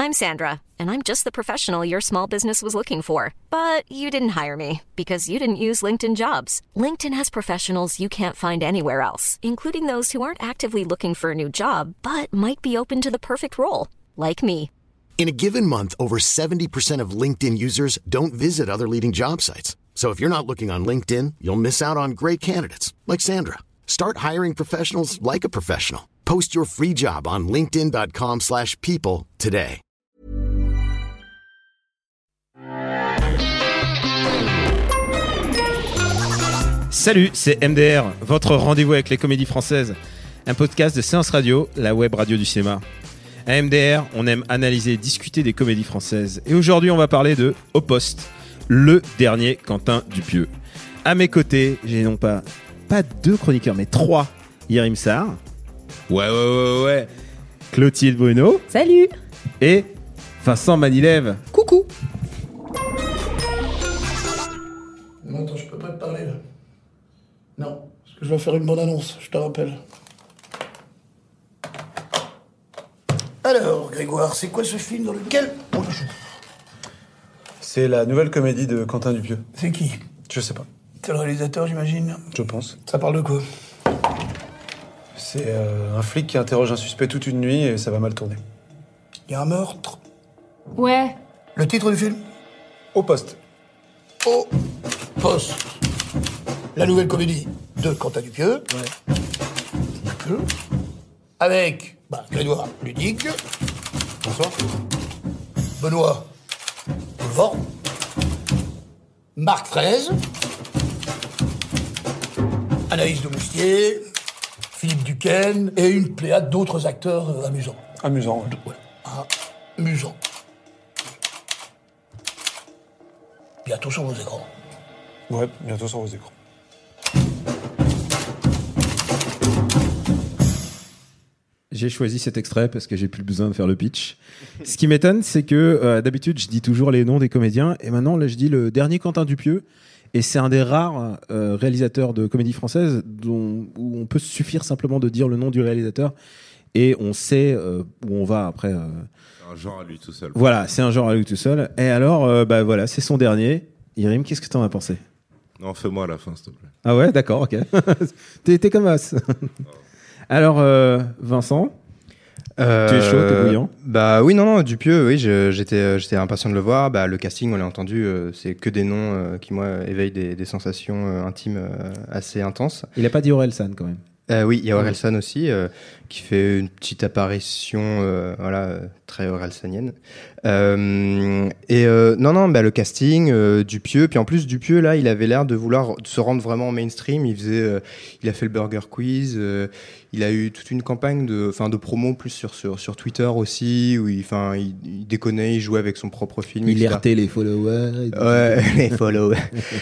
I'm Sandra, and I'm just the professional your small business was looking for. But you didn't hire me because you didn't use LinkedIn Jobs. LinkedIn has professionals you can't find anywhere else, including those who aren't actively looking for a new job, but might be open to the perfect role, like me. In a given month, over 70% of LinkedIn users don't visit other leading job sites. So if you're not looking on LinkedIn, you'll miss out on great candidates like Sandra. Start hiring professionals like a professional. Post your free job on linkedin.com/people today. Salut, c'est MDR, votre rendez-vous avec les comédies françaises. Un podcast de Séance Radio, la web radio du cinéma. À MDR, on aime analyser et discuter des comédies françaises. Et aujourd'hui, on va parler de Au Poste, le dernier Quentin Dupieux. À mes côtés, j'ai non pas 2 chroniqueurs, mais 3. Yerim Sarr. Ouais. Clotilde Bruno. Salut. Et Vincent Manilève. Coucou. Non, attends, je peux pas te parler là. Non, parce que je vais faire une bonne annonce, je te rappelle. Alors, Grégoire, c'est quoi ce film dans lequel on joue ? C'est la nouvelle comédie de Quentin Dupieux. C'est qui ? Je sais pas. C'est le réalisateur, j'imagine ? Je pense. Ça parle de quoi ? C'est un flic qui interroge un suspect toute une nuit et ça va mal tourner. Il y a un meurtre ? Ouais. Le titre du film ? Au Poste. Au Poste. La nouvelle comédie de Quentin Dupieux. Ouais. Dupieux. Avec Grégoire Ludic. Bonsoir. Benoît Poulvord. Marc Fraise. Anaïs de Moustier. Philippe Duquesne. Et une pléiade d'autres acteurs amusants. Amusant, ouais. Ouais. Amusant. Bientôt sur vos écrans. Ouais, bientôt sur vos écrans. J'ai choisi cet extrait parce que j'ai plus besoin de faire le pitch. Ce qui m'étonne, c'est que d'habitude, je dis toujours les noms des comédiens. Et maintenant, là, je dis le dernier Quentin Dupieux. Et c'est un des rares réalisateurs de comédie française où on peut se suffire simplement de dire le nom du réalisateur. Et on sait où on va après. C'est un genre à lui tout seul. Voilà, c'est un genre à lui tout seul. Et alors, voilà, c'est son dernier. Yerim, qu'est-ce que t'en as pensé ? Non, fais-moi à la fin, s'il te plaît. Ah ouais, d'accord, ok. t'es comme as. Alors, Vincent, tu es chaud, t'es bouillant ? Bah oui, non, Dupieux, oui, j'étais impatient de le voir. Bah, le casting, on l'a entendu, c'est que des noms qui, moi, éveillent des sensations intimes assez intenses. Il a pas dit Orelsan, quand même. Oui, il y a Orelsan aussi, qui fait une petite apparition, très orelsanienne. Le casting, Dupieux, puis en plus Dupieux là, il avait l'air de vouloir se rendre vraiment mainstream. Il a fait le Burger Quiz, il a eu toute une campagne de promo plus sur Twitter aussi, où il déconnait, il jouait avec son propre film. Il alertait les followers. Ouais, les followers.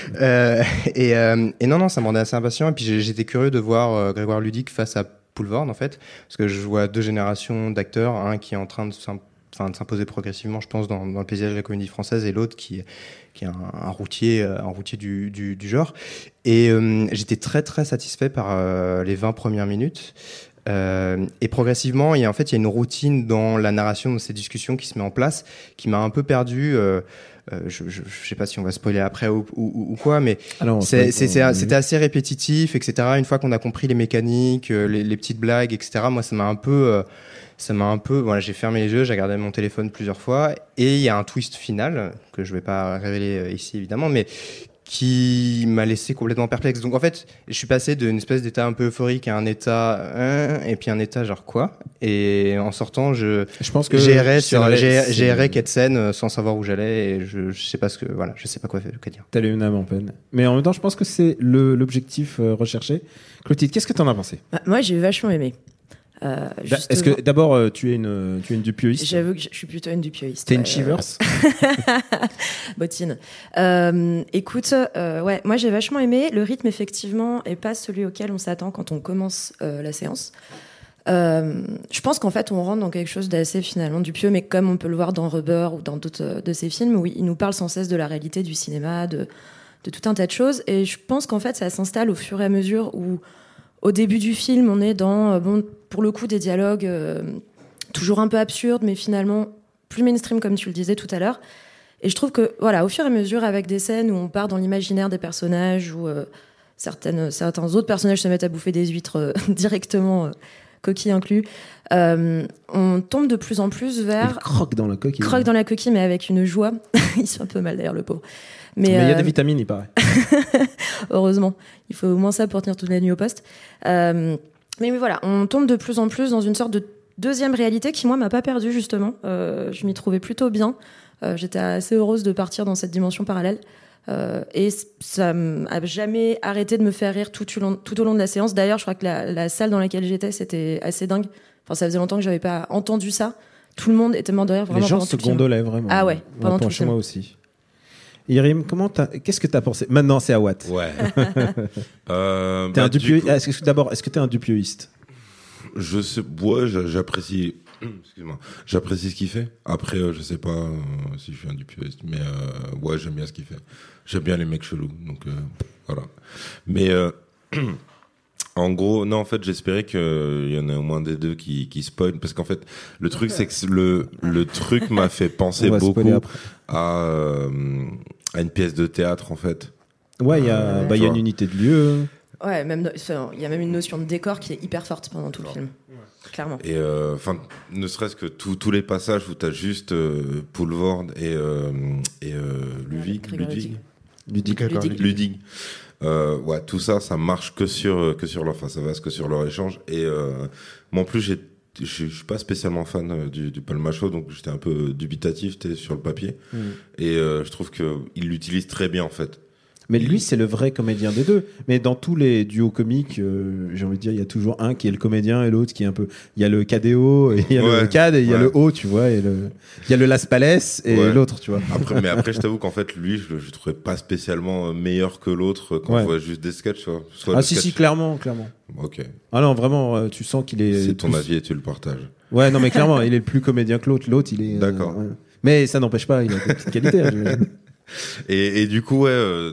Non, ça me rendait assez impatient. Et puis j'étais curieux de voir Grégoire Ludic face à Poulvord, en fait, parce que je vois 2 générations d'acteurs, un qui est en train de s'imposer progressivement, je pense, dans le paysage de la comédie française, et l'autre qui est un routier du genre. Et j'étais très très satisfait par les 20 premières minutes. Et progressivement, il y a une routine dans la narration de ces discussions qui se met en place, qui m'a un peu perdu. Je sais pas si on va spoiler après ou quoi, mais c'était assez répétitif, etc. Une fois qu'on a compris les mécaniques, les petites blagues, etc. Moi, ça m'a un peu. Voilà, j'ai fermé les yeux, j'ai regardé mon téléphone plusieurs fois, et il y a un twist final que je vais pas révéler ici évidemment, mais qui m'a laissé complètement perplexe. Donc en fait, je suis passé d'une espèce d'état un peu euphorique à un état et puis un état genre quoi. Et en sortant, je pense que j'errais Ketsen sans savoir où j'allais, et je sais pas je sais pas quoi dire. T'as une âme en peine. Mais en même temps, je pense que c'est l'objectif recherché. Clotilde, qu'est-ce que t'en as pensé ? Moi, j'ai vachement aimé. Est-ce que d'abord tu es une Dupieuiste ? J'avoue que je suis plutôt une Dupieuiste. T'es une Chivers ? Bottine. Écoute, moi j'ai vachement aimé. Le rythme effectivement est pas celui auquel on s'attend quand on commence la séance. Je pense qu'en fait on rentre dans quelque chose d'assez finalement Dupieux, mais comme on peut le voir dans Rubber ou dans d'autres de ses films, où il nous parle sans cesse de la réalité du cinéma, de tout un tas de choses. Et je pense qu'en fait ça s'installe au fur et à mesure où au début du film, on est dans, pour le coup, des dialogues toujours un peu absurdes, mais finalement plus mainstream, comme tu le disais tout à l'heure. Et je trouve que, voilà, au fur et à mesure, avec des scènes où on part dans l'imaginaire des personnages, où certains autres personnages se mettent à bouffer des huîtres directement, coquilles inclus, on tombe de plus en plus vers... Il croque dans la coquille. Croque dans la coquille, mais avec une joie. Il se fait un peu mal, d'ailleurs, le pauvre. Mais il y a des vitamines, il paraît. Heureusement. Il faut au moins ça pour tenir toute la nuit au poste. Mais voilà, on tombe de plus en plus dans une sorte de deuxième réalité qui, moi, m'a pas perdue, justement. Je m'y trouvais plutôt bien. J'étais assez heureuse de partir dans cette dimension parallèle. Et ça m'a jamais arrêté de me faire rire tout au long de la séance. D'ailleurs, je crois que la salle dans laquelle j'étais, c'était assez dingue. Enfin, ça faisait longtemps que j'avais pas entendu ça. Tout le monde était mort de rire. Vraiment, les gens pendant se tout le film. gondolaient vraiment. Ah ouais, pendant tout le film. Moi aussi. Irim, qu'est-ce que t'as pensé? Maintenant, c'est à Watt. Ouais. T'es un Dupieux. D'abord, est-ce que t'es un dupioïste? Je sais, ouais, j'apprécie. Excuse-moi. J'apprécie ce qu'il fait. Après, je sais pas si je suis un dupioïste, mais ouais, j'aime bien ce qu'il fait. J'aime bien les mecs chelous, donc voilà. Mais en gros, non, en fait, j'espérais qu'il y en ait au moins des deux qui spoilent, parce qu'en fait, le truc, c'est que le truc m'a fait penser beaucoup à une pièce de théâtre, en fait. Ouais, il y a une unité de lieu. Ouais, il y a même une notion de décor qui est hyper forte pendant tout le film. Clairement. Et enfin, ne serait-ce que tous les passages où t'as juste Poulvord et Ludwig. Ouais, tout ça marche que sur leur face, ça va que sur leur échange. Et moi, en plus, je suis pas spécialement fan du Palma Show, donc j'étais un peu dubitatif sur le papier. Et je trouve que il l'utilise très bien, en fait. Mais lui, c'est le vrai comédien des deux. Mais dans tous les duos comiques, j'ai envie de dire, il y a toujours un qui est le comédien et l'autre qui est un peu... Il y a le KDO, et il y a le CAD, et il y a le O, tu vois, il y a le Las Palais et l'autre, tu vois. Après, je t'avoue qu'en fait, lui, je le trouvais pas spécialement meilleur que l'autre quand on voit juste des sketchs, tu vois. Si, clairement. Ok. Ah non, vraiment, tu sens qu'il est... C'est ton avis et tu le partages. Ouais, non, mais clairement, il est le plus comédien que l'autre. L'autre, il est... D'accord. Mais ça n'empêche pas, il a des petites qualités, j'imagine. Et du coup,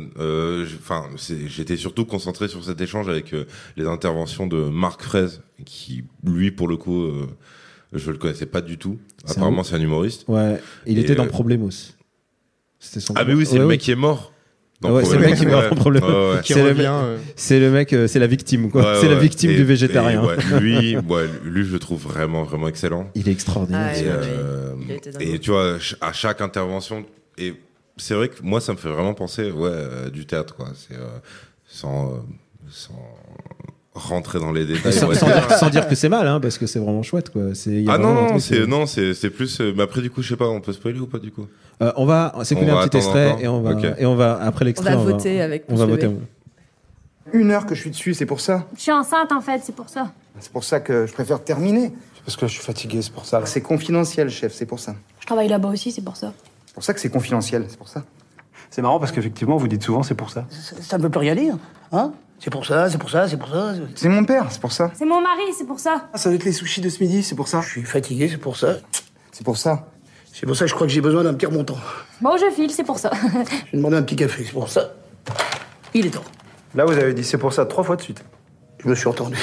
j'étais surtout concentré sur cet échange avec les interventions de Marc Fraise, qui, lui, pour le coup, je le connaissais pas du tout. Apparemment, c'est un humoriste. Ouais, il était dans Problemos. C'était son mais oui, c'est le mec qui est mort. C'est le mec qui meurt dans Problemos. C'est le mec, c'est la victime, quoi. C'est la victime du végétarien. Lui, je le trouve vraiment, vraiment excellent. Il est extraordinaire. Et tu vois, à chaque intervention, et c'est vrai que moi, ça me fait vraiment penser, du théâtre, quoi. C'est sans rentrer dans les détails. Sans dire que c'est mal, hein, parce que c'est vraiment chouette, quoi. C'est plus. Mais après, du coup, je sais pas, on peut spoiler ou pas, du coup. On va s'écouter un petit extrait et on va après l'extrait. On va voter avec. On va voter. 1 heure que je suis dessus, c'est pour ça. Je suis enceinte, en fait, c'est pour ça. C'est pour ça que je préfère terminer. C'est parce que je suis fatigué, c'est pour ça. C'est confidentiel, chef, c'est pour ça. Je travaille là-bas aussi, c'est pour ça. C'est pour ça que c'est confidentiel, c'est pour ça. C'est marrant parce qu'effectivement, vous dites souvent c'est pour ça. Ça ne veut plus rien dire, hein? C'est pour ça. C'est mon père, c'est pour ça. C'est mon mari, c'est pour ça. Ça doit être les sushis de ce midi, c'est pour ça. Je suis fatigué, c'est pour ça. C'est pour ça. C'est pour ça que je crois que j'ai besoin d'un petit remontant. Bon, je file, c'est pour ça. J'ai demandé un petit café, c'est pour ça. Il est temps. Là, vous avez dit c'est pour ça 3 fois de suite. Je me suis entendu.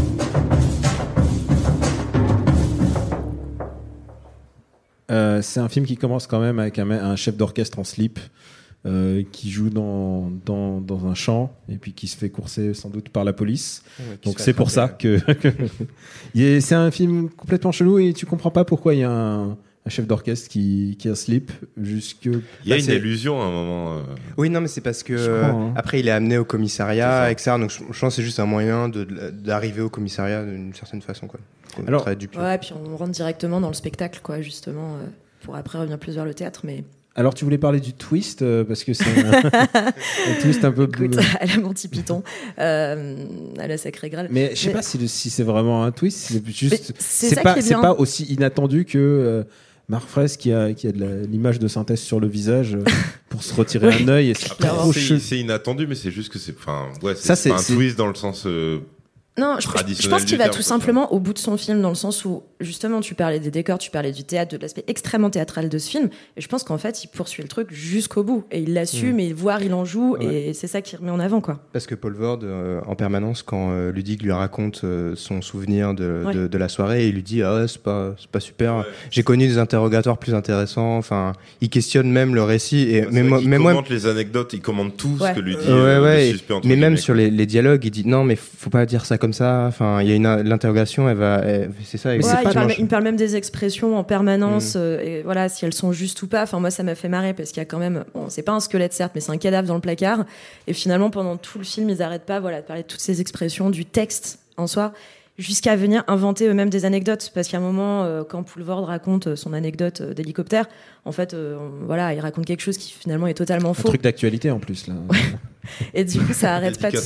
C'est un film qui commence quand même avec un chef d'orchestre en slip qui joue dans un champ et puis qui se fait courser sans doute par la police. Donc c'est pour ça que c'est un film complètement chelou et tu comprends pas pourquoi il y a un chef d'orchestre qui a un slip jusque... Il y a une illusion à un moment. Oui, non, mais c'est parce que après il est amené au commissariat, etc. Donc je pense que c'est juste un moyen d'arriver au commissariat d'une certaine façon, quoi. Alors, puis on rentre directement dans le spectacle, quoi, justement, pour après revenir plus vers le théâtre, mais... Alors, tu voulais parler du twist, parce que c'est un twist un peu... Écoute, à la Monty Python, à la Sacrée Graal. Mais je sais pas si c'est vraiment un twist, c'est juste... C'est pas aussi inattendu que... Marc Fraisse qui a de l'image de synthèse sur le visage pour se retirer un œil. C'est inattendu, mais c'est juste que c'est... Enfin, c'est pas un twist dans le sens... Non, je traditionnel pense qu'il du va terme, tout quoi. simplement au bout de son film, dans le sens où, justement, tu parlais des décors, tu parlais du théâtre, de l'aspect extrêmement théâtral de ce film, et je pense qu'en fait, il poursuit le truc jusqu'au bout, et il l'assume, et voire il en joue, et c'est ça qu'il remet en avant, quoi. Parce que Paul Vord, en permanence, quand Ludig lui raconte son souvenir de la soirée, il lui dit ah ouais, c'est pas super. J'ai connu des interrogatoires plus intéressants. Enfin, il questionne même le récit. Et Il commente les anecdotes, il commente tout ce que lui dit le suspect. Mais même sur les dialogues, il dit non, mais faut pas dire ça comme ça. Enfin, il y a l'interrogation, c'est ça. Il parle même des expressions en permanence, et voilà, si elles sont justes ou pas. Enfin, moi, ça m'a fait marrer parce qu'il y a quand même, bon, c'est pas un squelette certes, mais c'est un cadavre dans le placard. Et finalement, pendant tout le film, ils n'arrêtent pas, voilà, de parler de toutes ces expressions, du texte en soi, jusqu'à venir inventer eux-mêmes des anecdotes. Parce qu'à un moment, quand Poulvord raconte son anecdote d'hélicoptère, en fait, voilà, il raconte quelque chose qui finalement est totalement faux. Un truc d'actualité en plus là. Et du coup, ça arrête pas de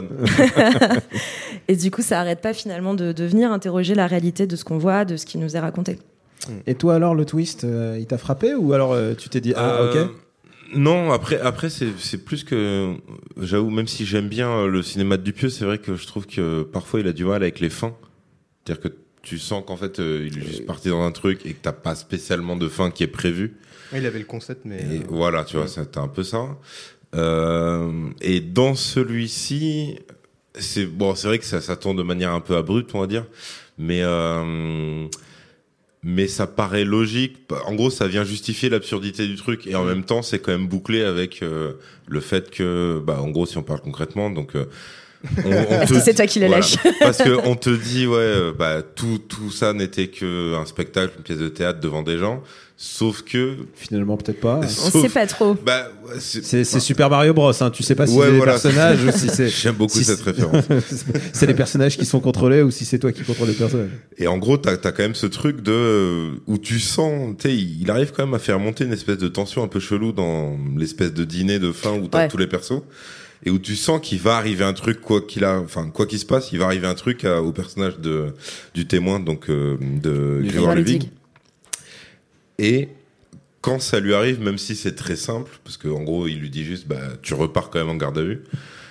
Et du coup, ça arrête pas finalement de venir interroger la réalité de ce qu'on voit, de ce qui nous est raconté. Et toi alors, le twist, il t'a frappé ou alors tu t'es dit ah ok? Non, après c'est plus que, j'avoue, même si j'aime bien le cinéma de Dupieux, c'est vrai que je trouve que parfois il a du mal avec les fins. C'est-à-dire que tu sens qu'en fait il est juste parti dans un truc et que t'as pas spécialement de fin qui est prévue. Il avait le concept, mais voilà, tu vois, c'était un peu ça. Et dans celui-ci, c'est vrai que ça tourne de manière un peu abrupte, on va dire, mais ça paraît logique. En gros, ça vient justifier l'absurdité du truc, et en même temps, c'est quand même bouclé avec le fait que, en gros, si on parle concrètement, donc c'est toi qui le lâche. Parce que on te dit tout ça n'était que un spectacle, une pièce de théâtre devant des gens. Sauf que finalement peut-être pas. On sait pas trop. C'est Super Mario Bros. Hein. Tu sais pas si c'est des personnages ou si c'est. J'aime beaucoup cette référence. C'est les personnages qui sont contrôlés ou si c'est toi qui contrôles les personnages. Et en gros, t'as quand même ce truc où tu sens, tu sais, il arrive quand même à faire monter une espèce de tension un peu chelou dans l'espèce de dîner de fin où t'as tous les persos. Et où tu sens qu'il va arriver un truc, quoi qu'il se passe, il va arriver un truc au personnage du témoin, donc de Grégoire Ludig. Et quand ça lui arrive, même si c'est très simple, parce qu'en gros, il lui dit juste, tu repars quand même en garde à vue.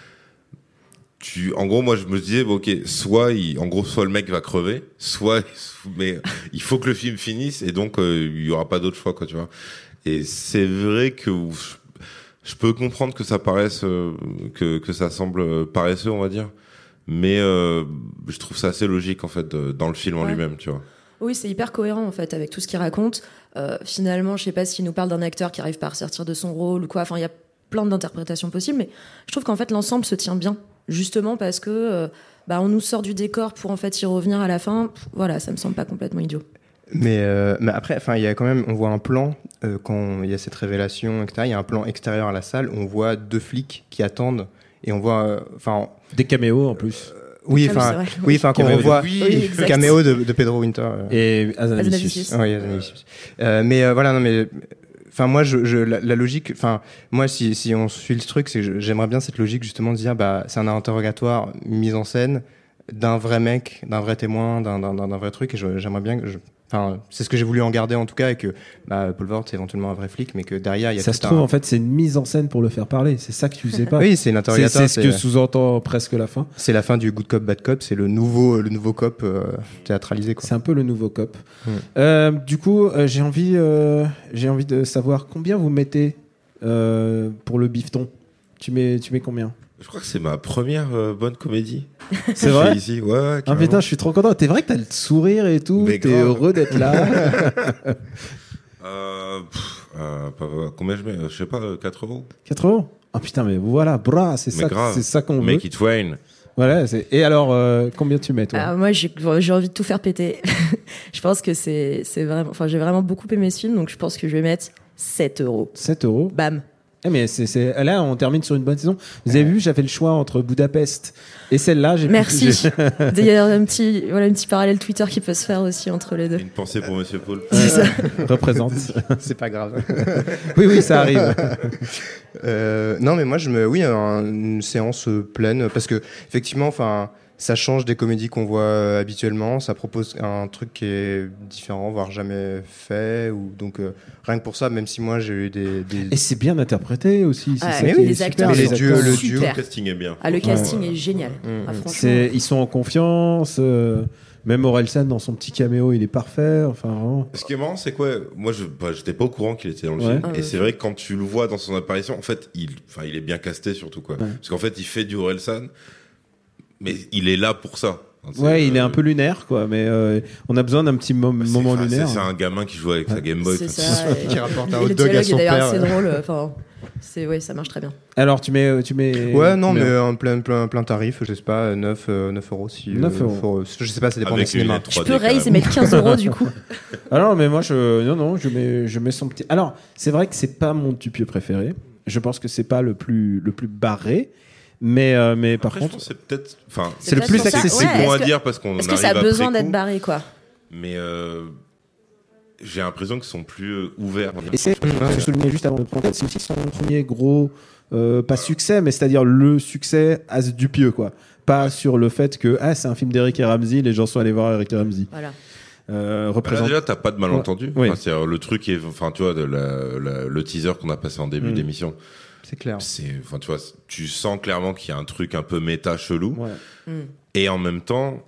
En gros, moi, je me disais, ok, soit le mec va crever, mais il faut que le film finisse, et donc, il y aura pas d'autre choix, quoi, tu vois. Et c'est vrai que je peux comprendre que ça paraisse, que ça semble paresseux, on va dire. Mais, je trouve ça assez logique, en fait, dans le film en lui-même, tu vois. Oui, c'est hyper cohérent en fait avec tout ce qu'il raconte. Finalement, je sais pas s'il nous parle d'un acteur qui arrive pas à ressortir de son rôle ou quoi. Enfin, il y a plein d'interprétations possibles, mais je trouve qu'en fait l'ensemble se tient bien, justement parce que on nous sort du décor pour en fait y revenir à la fin. Voilà, ça me semble pas complètement idiot. Mais après, enfin, il y a quand même, on voit un plan quand il y a cette révélation, etc. Il y a un plan extérieur à la salle où on voit 2 flics qui attendent et on voit, des caméos en plus. Oui, quand on revoit le caméo de Pedro Winter et Hazanavicius. Oui, Hazanavicius. Voilà, non, mais enfin moi, la logique, enfin moi, si on suit le truc, c'est que j'aimerais bien cette logique justement de dire, c'est un interrogatoire mis en scène d'un vrai mec, d'un vrai témoin, d'un vrai truc, et j'aimerais bien que c'est ce que j'ai voulu en garder en tout cas, et que Paul Vord c'est éventuellement un vrai flic, mais que derrière il y a ça se trouve en fait c'est une mise en scène pour le faire parler, c'est ça que tu sais pas. Oui, c'est l'interrogatoire, c'est ce que sous-entend presque la fin. C'est la fin du Good Cop Bad Cop, c'est le nouveau cop théâtralisé, quoi. C'est un peu le nouveau cop. Du coup j'ai envie de savoir combien vous mettez pour le bifton. Tu mais combien? Je crois que c'est ma première bonne comédie. C'est vrai? Ici. Ouais, ah putain, je suis trop content. T'es vrai que t'as le sourire et tout. T'es heureux d'être là. Combien je mets? Je sais pas, 4 €. 4 €? Ah putain, mais voilà, c'est ça qu'on veut. Make it rain. Voilà, et alors, combien tu mets, toi? Moi, j'ai envie de tout faire péter. Je pense que c'est vraiment, j'ai vraiment beaucoup aimé ce film, donc je pense que je vais mettre 7 €. 7 €? Bam. Mais là, on termine sur une bonne saison. Vous avez vu, j'avais le choix entre Budapest et celle-là. Merci. Il y a un petit parallèle Twitter qui peut se faire aussi entre les deux. Une pensée pour Monsieur Paul. C'est ça. Représente. C'est pas grave. Oui, ça arrive. Non, mais moi, une séance pleine, parce que effectivement, ça change des comédies qu'on voit habituellement, ça propose un truc qui est différent, voire jamais fait, ou donc rien que pour ça, même si moi j'ai eu des... Et c'est bien interprété aussi. Mais oui, les acteurs, le duo, Le casting est bien. Le casting est génial. Franchement. Ils sont en confiance. Même Orelsan dans son petit caméo, il est parfait. Enfin, vraiment. Ce qui est marrant, c'est quoi? Moi, j'étais pas au courant qu'il était dans le film. Et c'est vrai que quand tu le vois dans son apparition, en fait, il est bien casté surtout, quoi. Parce qu'en fait, il fait du Orelsan, mais il est là pour ça. Il est un peu lunaire, quoi. Mais on a besoin d'un petit moment lunaire. C'est un gamin qui joue avec sa Game Boy. C'est ça. Qui rapporte un hot le dog à son dialogue est père. d'ailleurs assez drôle. Ça marche très bien. Alors, tu mets. Ouais, non, mais un plein tarif, je sais pas, 9 euros. Si, 9 euros. Je sais pas, ça dépend Avec des cinémas. Je peux raise et mettre 15 euros du coup. Alors, mais moi, je mets son petit. Alors, c'est vrai que c'est pas mon Dupieux préféré. Je pense que c'est pas le plus barré. Mais par Après, contre, je pense que c'est peut-être. Enfin, c'est le plus accessible. C'est bon à dire parce qu'on. Est-ce que ça a besoin d'être barré, quoi? Mais j'ai l'impression qu'ils sont plus ouverts. Et c'est ce que je soulignais juste avant de prendre, c'est aussi son premier gros, pas succès, mais c'est-à-dire le succès as Dupieux, quoi. Pas sur le fait que c'est un film d'Eric et Ramsey, les gens sont allés voir Eric et Ramsey. Voilà. Là, déjà, t'as pas de malentendu. Ouais. Enfin, c'est le truc est, enfin, tu vois, le teaser qu'on a passé en début d'émission. C'est clair. Enfin, tu vois, tu sens clairement qu'il y a un truc un peu méta chelou. Ouais. Et en même temps,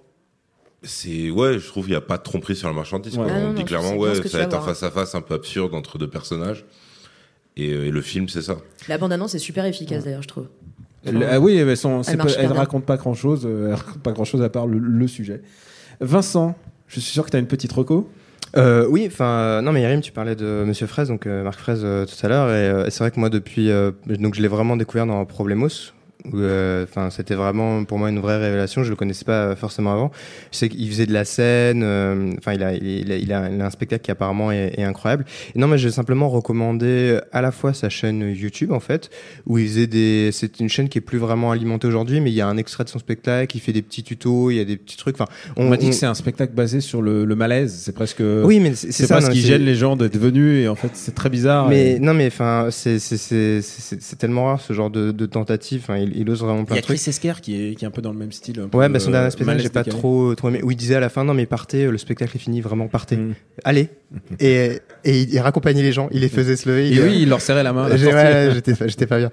je trouve qu'il n'y a pas de tromperie sur la marchandise. Ouais. On dit clairement, ça va être un face-à-face un peu absurde entre deux personnages. Et le film, c'est ça. La bande-annonce est super efficace d'ailleurs, je trouve. Oui, mais elle bien. raconte pas grand-chose. Elle raconte pas grand-chose à part le sujet. Vincent, je suis sûr que tu as une petite reco. Oui, enfin, non, mais Yerim, tu parlais de Monsieur Fraise, donc Marc Fraise tout à l'heure, et c'est vrai que moi depuis, donc je l'ai vraiment découvert dans Problemos. Enfin, c'était vraiment pour moi une vraie révélation. Je le connaissais pas forcément avant. Je sais qu'il faisait de la scène. Enfin, il a un spectacle qui apparemment est incroyable. Et non, mais j'ai simplement recommandé à la fois sa chaîne YouTube en fait, où il faisait c'est une chaîne qui est plus vraiment alimentée aujourd'hui, mais il y a un extrait de son spectacle. Il fait des petits tutos, il y a des petits trucs. Enfin, on m'a dit que c'est un spectacle basé sur le malaise. C'est presque. Oui, mais c'est ça. Parce qu'il gêne les gens d'être venus et en fait c'est très bizarre. Mais non, mais enfin, c'est tellement rare ce genre de tentative. Enfin, il ose vraiment plein de trucs. Il y a Chris Esquire qui est un peu dans le même style. Ouais, son dernier spectacle, j'ai pas trop aimé. Où il disait à la fin, non, mais partez, le spectacle est fini, vraiment partez. Allez. Et il raccompagnait les gens, il les faisait se lever. Et il leur serrait la main. J'étais pas bien.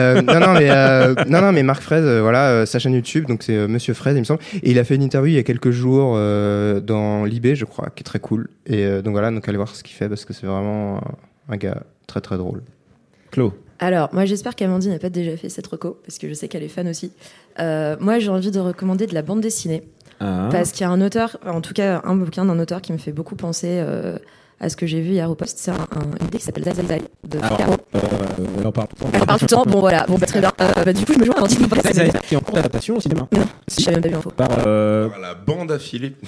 Non, mais Marc Fraise, sa chaîne YouTube, donc c'est Monsieur Fraise, il me semble. Et il a fait une interview il y a quelques jours dans Libé, je crois, qui est très cool. Et donc allez voir ce qu'il fait parce que c'est vraiment un gars très très drôle. Claude. Alors, moi, j'espère qu'Amandine n'a pas déjà fait cette reco, parce que je sais qu'elle est fan aussi. Moi, j'ai envie de recommander de la bande dessinée. Parce qu'il y a un auteur, en tout cas, un bouquin d'un auteur qui me fait beaucoup penser à ce que j'ai vu hier au poste. C'est une idée qui s'appelle Zai Zai Zai de Caro. On parle tout le temps. Bon, voilà. Bon, très bien. Du coup, je me joins à Amandine. Zai Zai Zai qui est en cours d'adaptation au cinéma. Non, je savais même pas vu l'info. Par la bande à Philippe.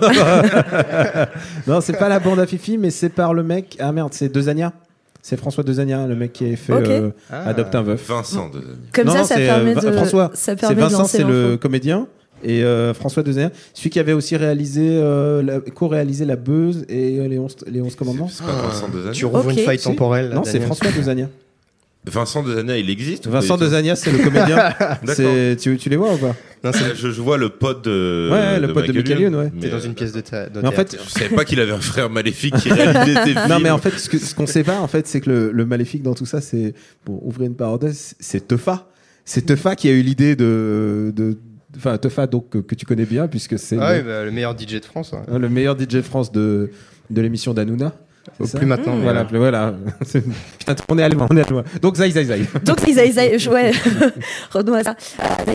Non, c'est pas la bande à Fifi, mais c'est par le mec. Ah merde, c'est Dezania. C'est François Dezania, le mec qui a fait Adopte un veuf. Vincent Dezania. Comme ça permet de. François, ça permet Vincent, c'est le comédien. Et François Dezania, celui qui avait aussi co-réalisé La Beuse et les 11 commandements. C'est pas Vincent Dezania. Tu rouvres une faille temporelle. Non, c'est François Dezania. Vincent Dezania, il existe? Vincent Dezania, c'est le comédien. Tu les vois ou pas? Non, je vois le pote de. Ouais, le pote de Michael Youn, ouais. T'es dans une pièce de théâtre. Mais en fait, je savais pas qu'il avait un frère maléfique qui réalisait ses films. Non, mais en fait, ce qu'on sait pas, en fait, c'est que le maléfique dans tout ça, c'est, bon, ouvrez une parenthèse, c'est Teufa. C'est Teufa qui a eu l'idée enfin, Teufa, donc, que tu connais bien, puisque c'est le meilleur DJ de France. Ouais. Le meilleur DJ de France de l'émission d'Hanouna. Plus maintenant. Voilà. Putain, on est allé loin. Donc, Zai Zai Zai. Ouais. Revenons à ça.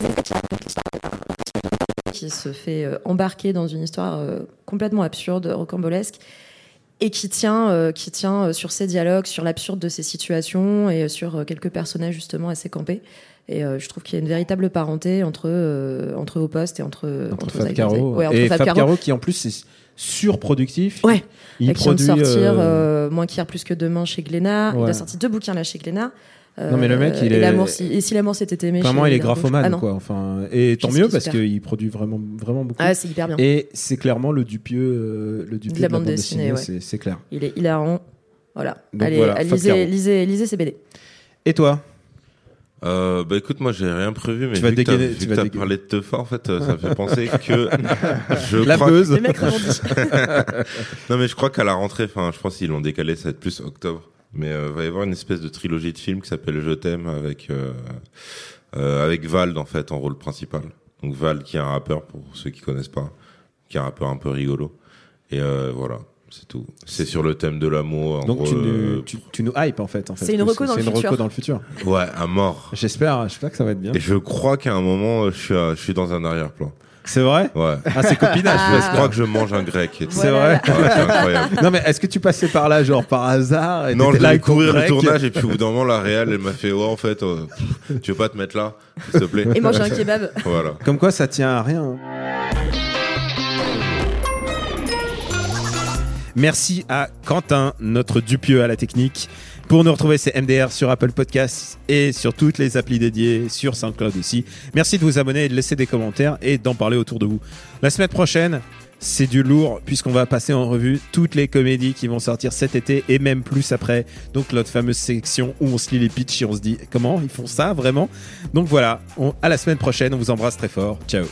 Qui se fait embarquer dans une histoire complètement absurde, rocambolesque, et qui tient sur ses dialogues, sur l'absurde de ses situations et sur quelques personnages justement assez campés. Et je trouve qu'il y a une véritable parenté entre Au Poste et entre Fab Caro. Et Fab Caro qui en plus est surproductif. Ouais. Il produit vient de sortir Moins qu'hier plus que demain chez Glénat. Ouais. Il a sorti 2 bouquins là chez Glénat. Non mais le mec il est si l'amour s'était aimé. Vraiment il est graphomane quoi. Enfin et tant mieux parce qu'il produit vraiment beaucoup. Ah c'est hyper bien. Et c'est clairement le Dupieux de la bande dessinée. Ouais. C'est clair. Il est hilarant. Voilà. Donc allez lisez ses BD. Et toi? Bah écoute, moi j'ai rien prévu, mais Tu vas vu que dégainer, t'as parlé de Teufa, en fait, ça me fait penser que La buzz. Les mecs rebondissent. Non mais je crois qu'à la rentrée, enfin je pense qu'ils l'ont décalé, ça va être plus octobre. Mais va y avoir une espèce de trilogie de films qui s'appelle Je t'aime avec Vald en fait en rôle principal. Donc Vald qui est un rappeur pour ceux qui connaissent pas, qui est un rappeur un peu rigolo. Et voilà. C'est tout. C'est sur le thème de l'amour. Donc gros, tu nous hype en fait. C'est une reco dans le futur. C'est une reco dans le futur. Ouais, à mort. J'espère que ça va être bien. Et je crois qu'à un moment, je suis dans un arrière-plan. C'est vrai? Ouais. Ah, c'est copinage. Je crois que je mange un grec. C'est vrai? Ouais, c'est incroyable. Non, mais est-ce que tu passais par là, genre par hasard? Et Non, je là devais avec ton courir le grec tournage et puis au bout d'un moment, la réal, elle m'a fait, ouais, en fait, tu veux pas te mettre là, s'il te plaît? Et manger un kebab. Voilà. Comme quoi, ça tient à rien. Merci à Quentin, notre Dupieux à la technique. Pour nous retrouver, c'est MDR sur Apple Podcasts et sur toutes les applis dédiées, sur SoundCloud aussi. Merci de vous abonner et de laisser des commentaires et d'en parler autour de vous. La semaine prochaine, c'est du lourd puisqu'on va passer en revue toutes les comédies qui vont sortir cet été et même plus après. Donc notre fameuse section où on se lit les pitchs et on se dit comment ils font ça vraiment. Donc voilà, à la semaine prochaine, on vous embrasse très fort. Ciao.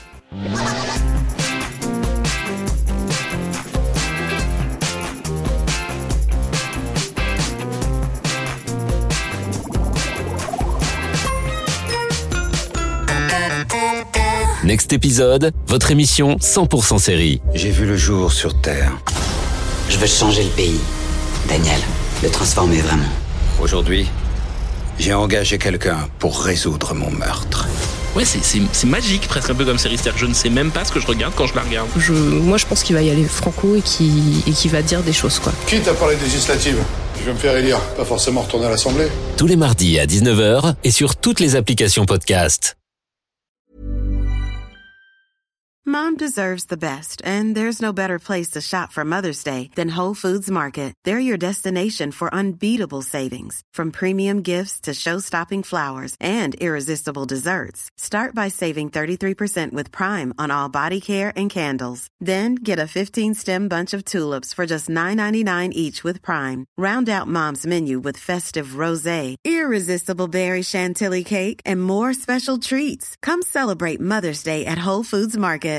Next épisode, votre émission 100% série. J'ai vu le jour sur Terre. Je veux changer le pays, Daniel. Le transformer vraiment. Aujourd'hui, j'ai engagé quelqu'un pour résoudre mon meurtre. Ouais, c'est magique, presque un peu comme série. C'est-à-dire que je ne sais même pas ce que je regarde quand je la regarde. Moi, je pense qu'il va y aller franco et qu'il va dire des choses, quoi. Quitte à parler législative, je vais me faire élire, pas forcément retourner à l'Assemblée. Tous les mardis à 19h et sur toutes les applications podcast. Mom deserves the best, and there's no better place to shop for Mother's Day than Whole Foods Market. They're your destination for unbeatable savings, from premium gifts to show-stopping flowers and irresistible desserts. Start by saving 33% with Prime on all body care and candles. Then get a 15-stem bunch of tulips for just $9.99 each with Prime. Round out Mom's menu with festive rosé, irresistible berry chantilly cake, and more special treats. Come celebrate Mother's Day at Whole Foods Market.